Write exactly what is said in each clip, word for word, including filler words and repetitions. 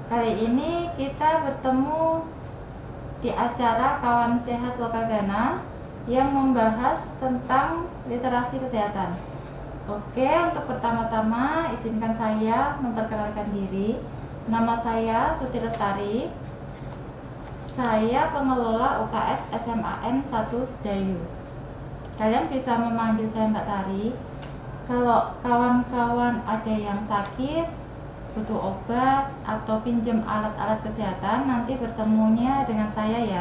Kali ini kita bertemu di acara Kawan Sehat Lokagana yang membahas tentang literasi kesehatan. Oke, untuk pertama-tama izinkan saya memperkenalkan diri. Nama saya Suti Lestari. Saya pengelola U K S S M A N satu Sedayu. Kalian bisa memanggil saya Mbak Tari. Kalau kawan-kawan ada yang sakit, butuh obat atau pinjam alat-alat kesehatan, nanti bertemunya dengan saya ya.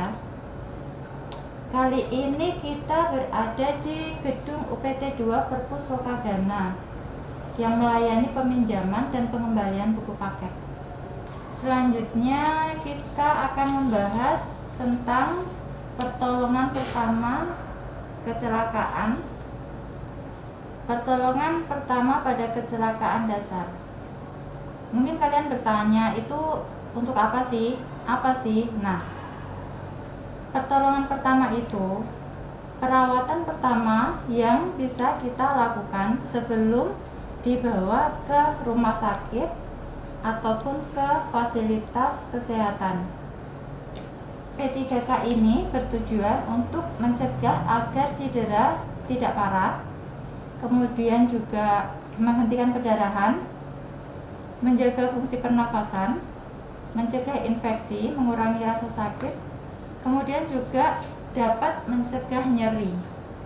Kali ini kita berada di gedung U P T dua Perpus Lokagana yang melayani peminjaman dan pengembalian buku paket. Selanjutnya kita akan membahas tentang pertolongan pertama kecelakaan. Pertolongan pertama pada kecelakaan dasar. Mungkin kalian bertanya, itu untuk apa sih? Apa sih? Nah, pertolongan pertama itu perawatan pertama yang bisa kita lakukan sebelum dibawa ke rumah sakit ataupun ke fasilitas kesehatan. P tiga K ini bertujuan untuk mencegah agar cedera tidak parah, kemudian juga menghentikan perdarahan, menjaga fungsi pernafasan, mencegah infeksi, mengurangi rasa sakit, kemudian juga dapat mencegah nyeri.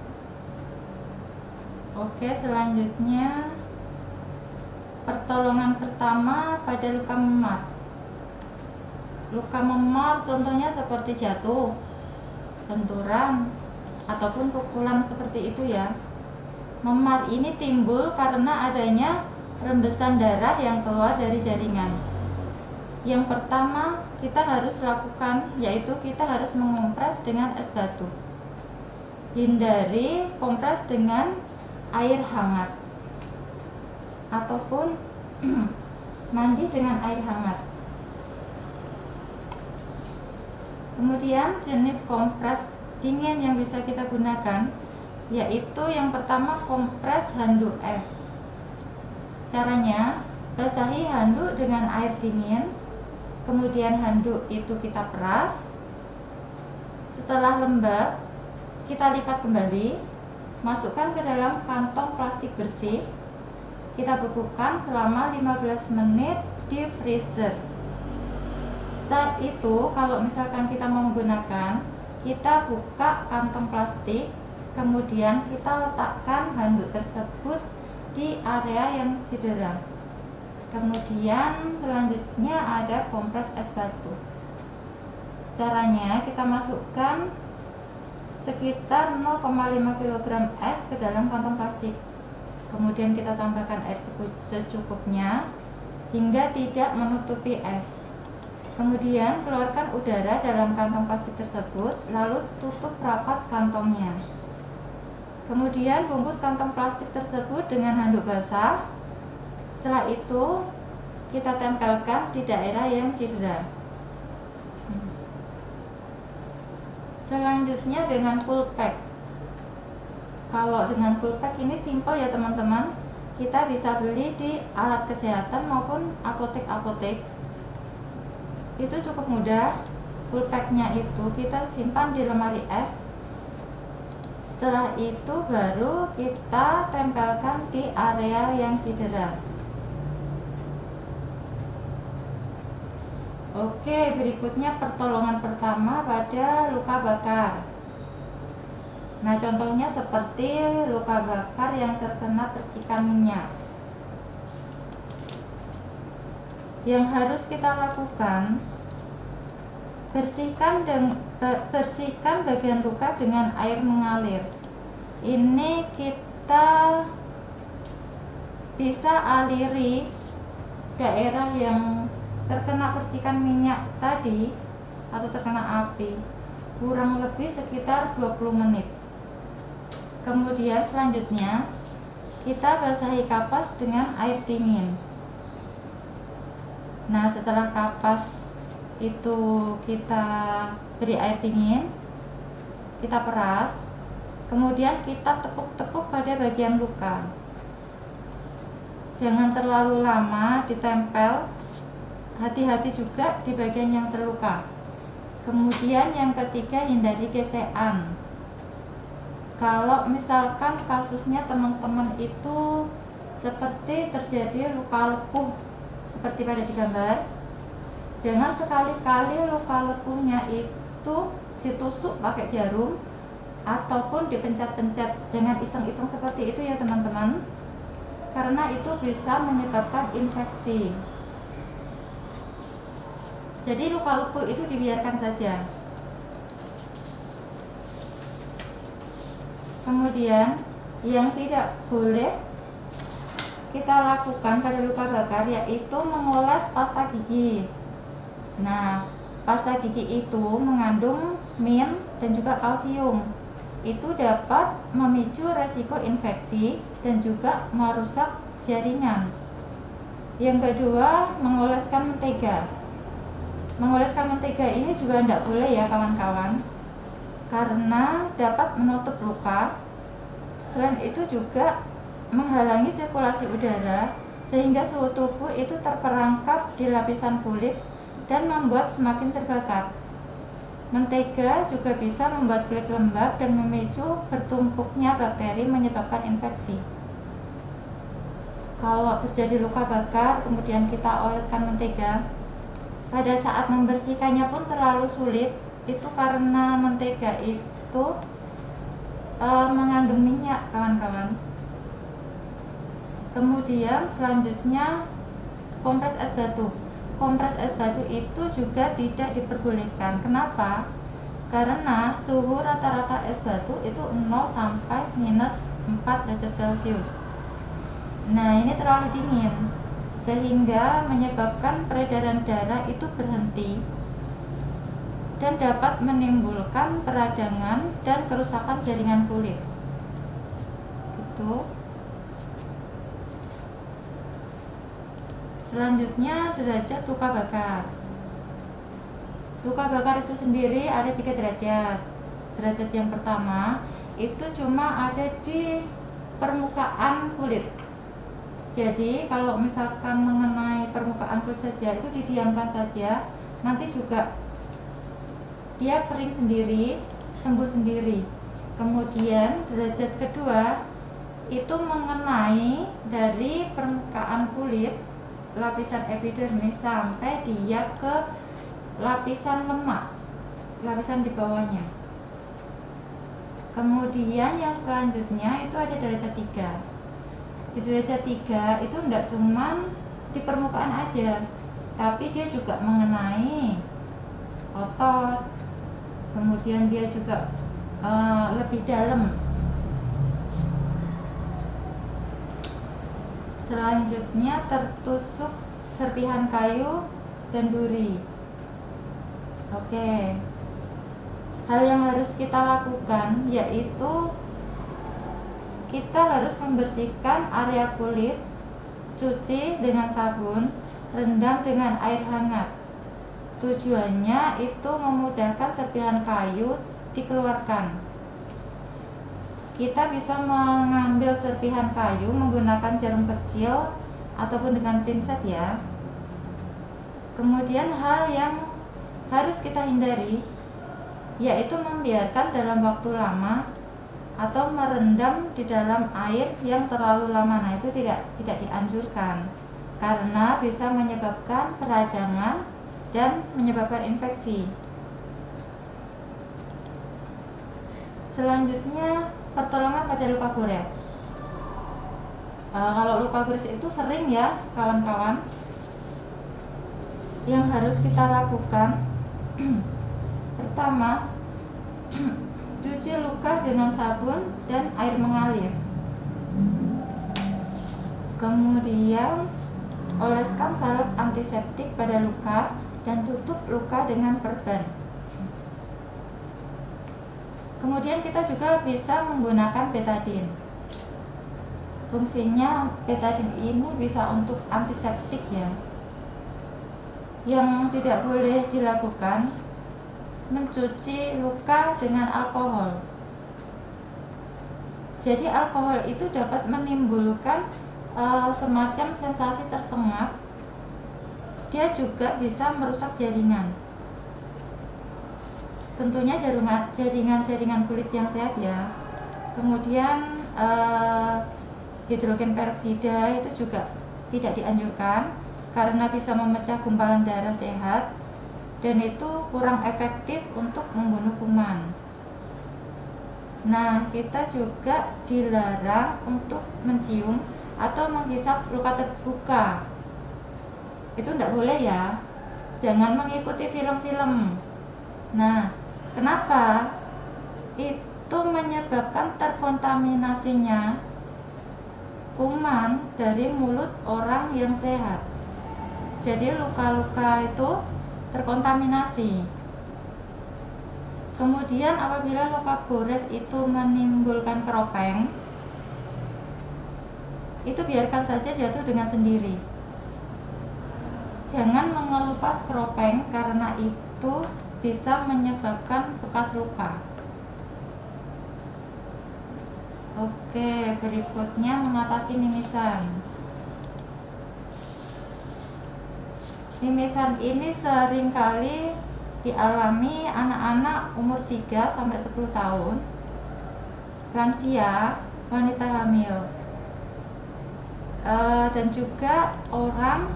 Oke, selanjutnya pertolongan pertama pada luka memar. Luka memar contohnya seperti jatuh, benturan, ataupun pukulan seperti itu ya. Memar ini timbul karena adanya rembesan darah yang keluar dari jaringan. Yang pertama kita harus lakukan yaitu kita harus mengompres dengan es batu. Hindari kompres dengan air hangat ataupun mandi dengan air hangat. Kemudian jenis kompres dingin yang bisa kita gunakan yaitu yang pertama kompres handuk es. Caranya, basahi handuk dengan air dingin, kemudian handuk itu kita peras. Setelah lembab, kita lipat kembali, masukkan ke dalam kantong plastik bersih. Kita bekukan selama lima belas menit di freezer. Setelah itu, kalau misalkan kita mau menggunakan, kita buka kantong plastik, kemudian kita letakkan handuk tersebut di area yang cedera. Kemudian selanjutnya ada kompres es batu. Caranya kita masukkan sekitar nol koma lima kilogram es ke dalam kantong plastik. Kemudian kita tambahkan air secukupnya hingga tidak menutupi es. Kemudian keluarkan udara dalam kantong plastik tersebut, lalu tutup rapat kantongnya. Kemudian bungkus kantong plastik tersebut dengan handuk basah. Setelah itu kita tempelkan di daerah yang cedera. Selanjutnya dengan Coolpack. Kalau dengan Coolpack ini simple ya teman-teman. Kita bisa beli di alat kesehatan maupun apotek-apotek. Itu cukup mudah. Coolpacknya itu kita simpan di lemari es. Setelah itu baru kita tempelkan di area yang cedera. Oke, berikutnya pertolongan pertama pada luka bakar. Nah, contohnya seperti luka bakar yang terkena percikan minyak. Yang harus kita lakukan, bersihkan dan bersihkan bagian luka dengan air mengalir. Ini kita bisa aliri daerah yang terkena percikan minyak tadi atau terkena api kurang lebih sekitar dua puluh menit. Kemudian selanjutnya kita basahi kapas dengan air dingin. Nah, setelah kapas itu kita beri air dingin, kita peras, kemudian kita tepuk-tepuk pada bagian luka. Jangan terlalu lama ditempel hati-hati juga di bagian yang terluka. Kemudian yang ketiga, hindari gesekan. Kalau misalkan kasusnya teman-teman itu seperti terjadi luka lepuh seperti pada di gambar, jangan sekali-kali luka lepuhnya itu ditusuk pakai jarum ataupun dipencet-pencet. Jangan iseng-iseng seperti itu ya teman-teman, karena itu bisa menyebabkan infeksi. Jadi luka lepuh itu dibiarkan saja. Kemudian yang tidak boleh kita lakukan pada luka bakar yaitu mengoles pasta gigi. Nah, pasta gigi itu mengandung min dan juga kalsium. Itu dapat memicu resiko infeksi dan juga merusak jaringan. Yang kedua, mengoleskan mentega. Mengoleskan mentega ini juga tidak boleh ya kawan-kawan, karena dapat menutup luka. Selain itu juga menghalangi sirkulasi udara sehingga suhu tubuh itu terperangkap di lapisan kulit dan membuat semakin terbakar. Mentega juga bisa membuat kulit lembab dan memicu bertumpuknya bakteri menyebabkan infeksi. Kalau terjadi luka bakar kemudian kita oleskan mentega, pada saat membersihkannya pun terlalu sulit. Itu karena mentega itu e, mengandung minyak kawan-kawan. Kemudian selanjutnya kompres es batu. Kompres es batu itu juga tidak diperbolehkan. Kenapa? Karena suhu rata-rata es batu itu nol sampai minus empat derajat celcius. Nah, ini terlalu dingin sehingga menyebabkan peredaran darah itu berhenti dan dapat menimbulkan peradangan dan kerusakan jaringan kulit. Gitu. Selanjutnya, derajat luka bakar. Luka bakar itu sendiri ada tiga derajat. Derajat yang pertama itu cuma ada di permukaan kulit. Jadi kalau misalkan mengenai permukaan kulit saja itu didiamkan saja, nanti juga dia kering sendiri, sembuh sendiri. Kemudian derajat kedua itu mengenai dari permukaan kulit, lapisan epidermis sampai dia ke lapisan lemak, lapisan di bawahnya. Kemudian yang selanjutnya itu ada derajat tiga. Di derajat tiga itu tidak cuma di permukaan aja, tapi dia juga mengenai otot, kemudian dia juga uh, lebih dalam. Selanjutnya tertusuk serpihan kayu dan duri. Oke, hal yang harus kita lakukan yaitu kita harus membersihkan area kulit, cuci dengan sabun, rendam dengan air hangat. Tujuannya itu memudahkan serpihan kayu dikeluarkan. Kita bisa mengambil serpihan kayu menggunakan jarum kecil ataupun dengan pinset ya. Kemudian hal yang harus kita hindari yaitu membiarkan dalam waktu lama atau merendam di dalam air yang terlalu lama. Nah, itu tidak tidak dianjurkan karena bisa menyebabkan peradangan dan menyebabkan infeksi. Selanjutnya, pertolongan pada luka gores. E, kalau luka gores itu sering ya kawan-kawan. Yang harus kita lakukan pertama, cuci luka dengan sabun dan air mengalir. Kemudian oleskan salep antiseptik pada luka dan tutup luka dengan perban. Kemudian kita juga bisa menggunakan betadine. Fungsinya betadine ini bisa untuk antiseptik ya. Yang tidak boleh dilakukan, mencuci luka dengan alkohol. Jadi alkohol itu dapat menimbulkan uh, semacam sensasi tersengat dia juga bisa merusak jaringan. Tentunya jaringan-jaringan kulit yang sehat ya. Kemudian eh, hidrogen peroksida itu juga tidak dianjurkan karena bisa memecah gumpalan darah sehat dan itu kurang efektif untuk membunuh kuman. Nah, kita juga dilarang untuk mencium atau menghisap luka terbuka. Itu tidak boleh ya. Jangan mengikuti film-film. Nah, kenapa? Itu menyebabkan terkontaminasinya kuman dari mulut orang yang sehat. Jadi luka-luka itu terkontaminasi. Kemudian apabila luka gores itu menimbulkan keropeng, itu biarkan saja jatuh dengan sendiri. Jangan mengelupas keropeng karena itu bisa menyebabkan bekas luka. Oke, berikutnya mengatasi mimisan. Mimisan ini seringkali dialami anak-anak umur tiga sampai sepuluh tahun, lansia, wanita hamil, e, dan juga orang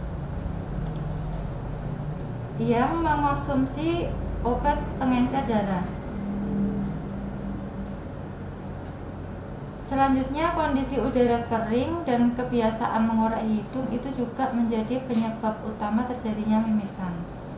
yang mengonsumsi obat pengencer darah. Selanjutnya, kondisi udara kering dan kebiasaan mengorek hidung itu juga menjadi penyebab utama terjadinya mimisan.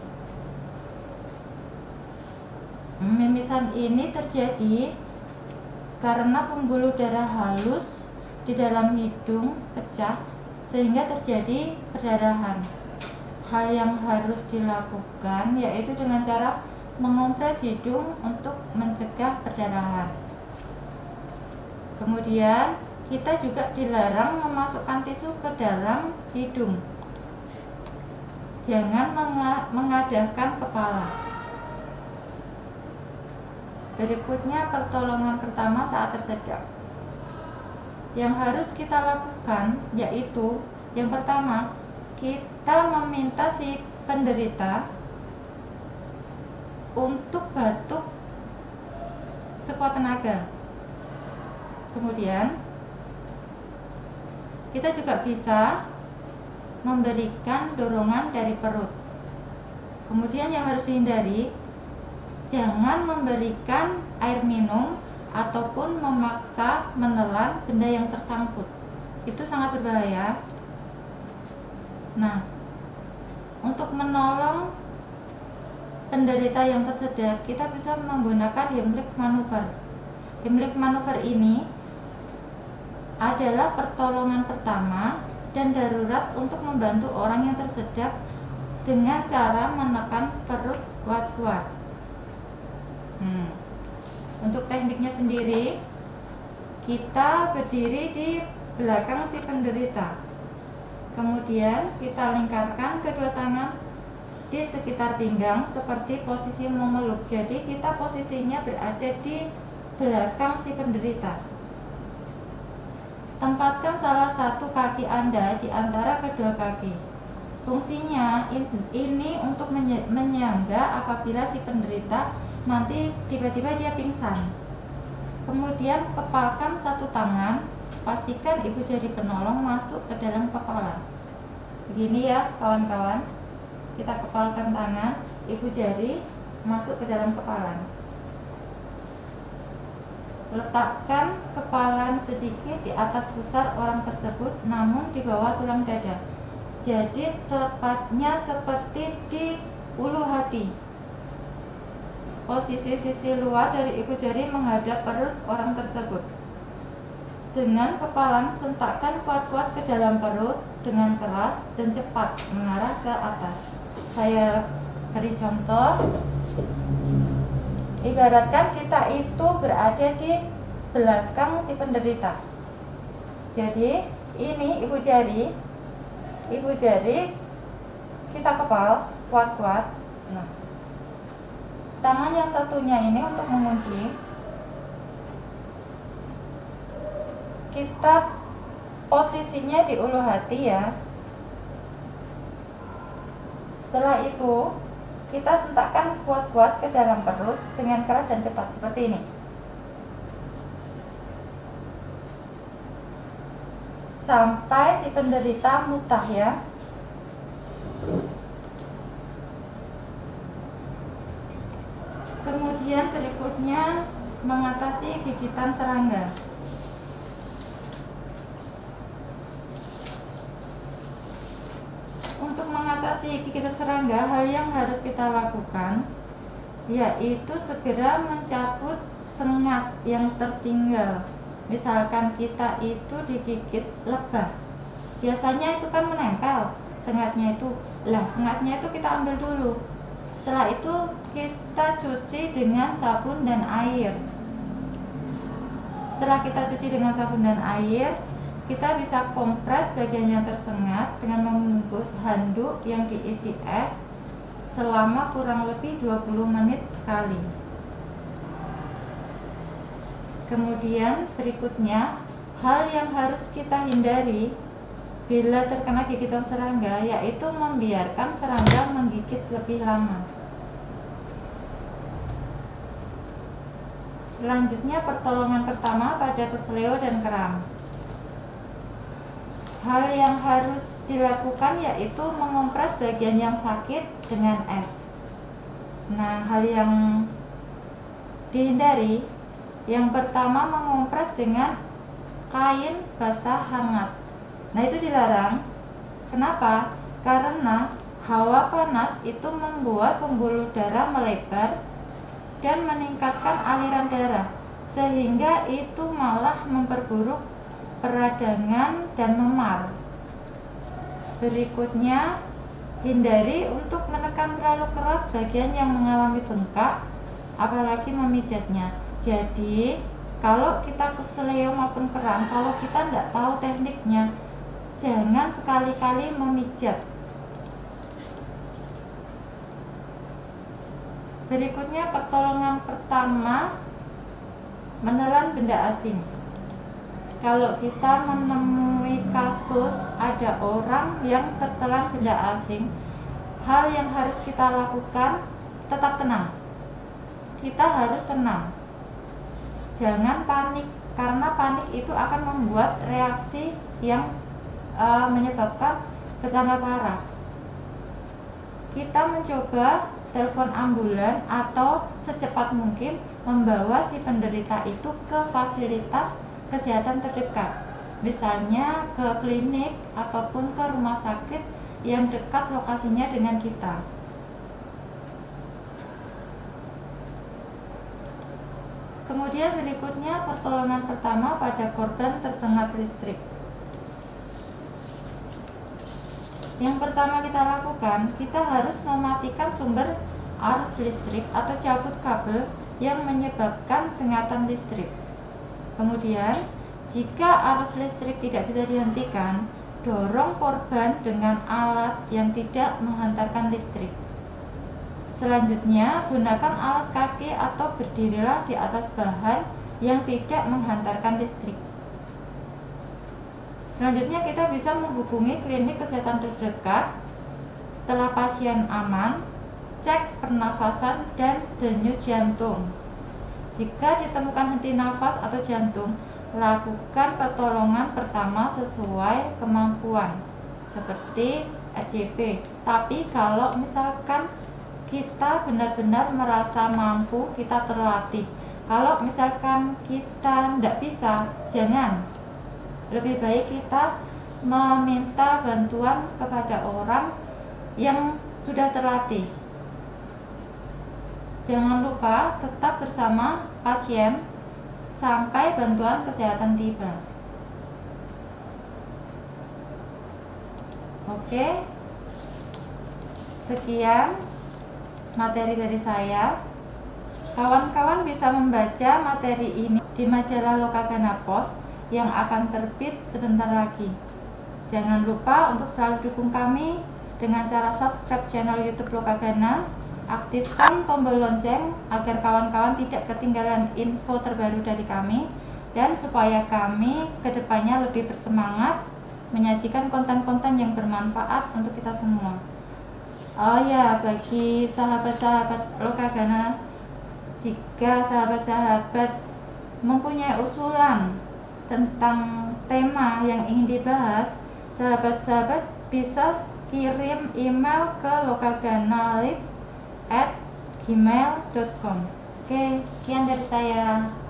Mimisan ini terjadi karena pembuluh darah halus di dalam hidung pecah sehingga terjadi perdarahan. Hal yang harus dilakukan yaitu dengan cara mengompres hidung untuk mencegah perdarahan. Kemudian kita juga dilarang memasukkan tisu ke dalam hidung. Jangan mengadahkan kepala. Berikutnya pertolongan pertama saat tersedak. Yang harus kita lakukan yaitu yang pertama, kita meminta si penderita untuk batuk sekuat tenaga. Kemudian kita juga bisa memberikan dorongan dari perut. Kemudian yang harus dihindari, jangan memberikan air minum ataupun memaksa menelan benda yang tersangkut. Itu sangat berbahaya. Nah, untuk menolong penderita yang tersedak, kita bisa menggunakan Heimlich manuver. Heimlich manuver ini adalah pertolongan pertama dan darurat untuk membantu orang yang tersedak dengan cara menekan perut kuat-kuat. Hmm. Untuk tekniknya sendiri, kita berdiri di belakang si penderita. Kemudian kita lingkarkan kedua tangan di sekitar pinggang seperti posisi memeluk. Jadi kita posisinya berada di belakang si penderita. Tempatkan salah satu kaki Anda di antara kedua kaki. Fungsinya ini untuk menyangga apabila si penderita nanti tiba-tiba dia pingsan. Kemudian kepalkan satu tangan, pastikan ibu jari penolong masuk ke dalam kepala. Begini ya kawan-kawan, kita kepalkan tangan, ibu jari masuk ke dalam kepala. Letakkan kepalan sedikit di atas pusar orang tersebut, namun di bawah tulang dada. Jadi tepatnya seperti di ulu hati. Posisi sisi luar dari ibu jari menghadap perut orang tersebut. Dengan kepalan, sentakkan kuat-kuat ke dalam perut dengan keras dan cepat mengarah ke atas. Saya beri contoh. Ibaratkan kita itu berada di belakang si penderita. Jadi ini ibu jari, ibu jari kita kepal kuat-kuat. Nah, tangan yang satunya ini untuk mengunci. Kita posisinya di ulu hati ya. Setelah itu, kita sentakkan kuat-kuat ke dalam perut dengan keras dan cepat seperti ini. Sampai si penderita muntah ya. Kemudian berikutnya mengatasi gigitan serangga. Untuk mengatasi gigitan serangga, hal yang harus kita lakukan yaitu segera mencabut sengat yang tertinggal. Misalkan kita itu digigit lebah, biasanya itu kan menempel sengatnya itu. Lah, sengatnya itu kita ambil dulu. Setelah itu kita cuci dengan sabun dan air. Setelah kita cuci dengan sabun dan air, kita bisa kompres bagian yang tersengat dengan membungkus handuk yang diisi es selama kurang lebih dua puluh menit sekali. Kemudian berikutnya, hal yang harus kita hindari bila terkena gigitan serangga yaitu membiarkan serangga menggigit lebih lama. Selanjutnya, pertolongan pertama pada keseleo dan kram. Hal yang harus dilakukan yaitu mengompres bagian yang sakit dengan es. Nah, hal yang dihindari, yang pertama mengompres dengan kain basah hangat. Nah, itu dilarang. Kenapa? Karena hawa panas itu membuat pembuluh darah melebar dan meningkatkan aliran darah, sehingga itu malah memperburuk peradangan dan memar. Berikutnya, hindari untuk menekan terlalu keras bagian yang mengalami bengkak, apalagi memijatnya. Jadi, kalau kita keseleo maupun kram, kalau kita tidak tahu tekniknya, jangan sekali-kali memijat. Berikutnya, pertolongan pertama, menelan benda asing. Kalau kita menemui kasus ada orang yang tertelan benda asing, hal yang harus kita lakukan tetap tenang. Kita harus tenang. Jangan panik, karena panik itu akan membuat reaksi yang uh, menyebabkan bertambah parah. Kita mencoba telepon ambulan atau secepat mungkin membawa si penderita itu ke fasilitas kesehatan terdekat, misalnya ke klinik ataupun ke rumah sakit yang dekat lokasinya dengan kita. Kemudian berikutnya, pertolongan pertama pada korban tersengat listrik. Yang pertama kita lakukan, kita harus mematikan sumber arus listrik atau cabut kabel yang menyebabkan sengatan listrik. Kemudian, jika arus listrik tidak bisa dihentikan, dorong korban dengan alat yang tidak menghantarkan listrik. Selanjutnya, gunakan alas kaki atau berdirilah di atas bahan yang tidak menghantarkan listrik. Selanjutnya, kita bisa menghubungi klinik kesehatan terdekat. Setelah pasien aman, cek pernafasan dan denyut jantung. Jika ditemukan henti nafas atau jantung, lakukan pertolongan pertama sesuai kemampuan, seperti R C P. Tapi kalau misalkan kita benar-benar merasa mampu, kita terlatih. Kalau misalkan kita tidak bisa, jangan. Lebih baik kita meminta bantuan kepada orang yang sudah terlatih. Jangan lupa tetap bersama pasien sampai bantuan kesehatan tiba. Oke, sekian materi dari saya. Kawan-kawan bisa membaca materi ini di majalah Lokagana Pos yang akan terbit sebentar lagi. Jangan lupa untuk selalu dukung kami dengan cara subscribe channel YouTube Lokagana, aktifkan tombol lonceng agar kawan-kawan tidak ketinggalan info terbaru dari kami, dan supaya kami kedepannya lebih bersemangat menyajikan konten-konten yang bermanfaat untuk kita semua. Oh ya, bagi sahabat-sahabat Lokagana, jika sahabat-sahabat mempunyai usulan tentang tema yang ingin dibahas, sahabat-sahabat bisa kirim email ke lokaganalib at gmail dot com. Oke, sekian dari saya.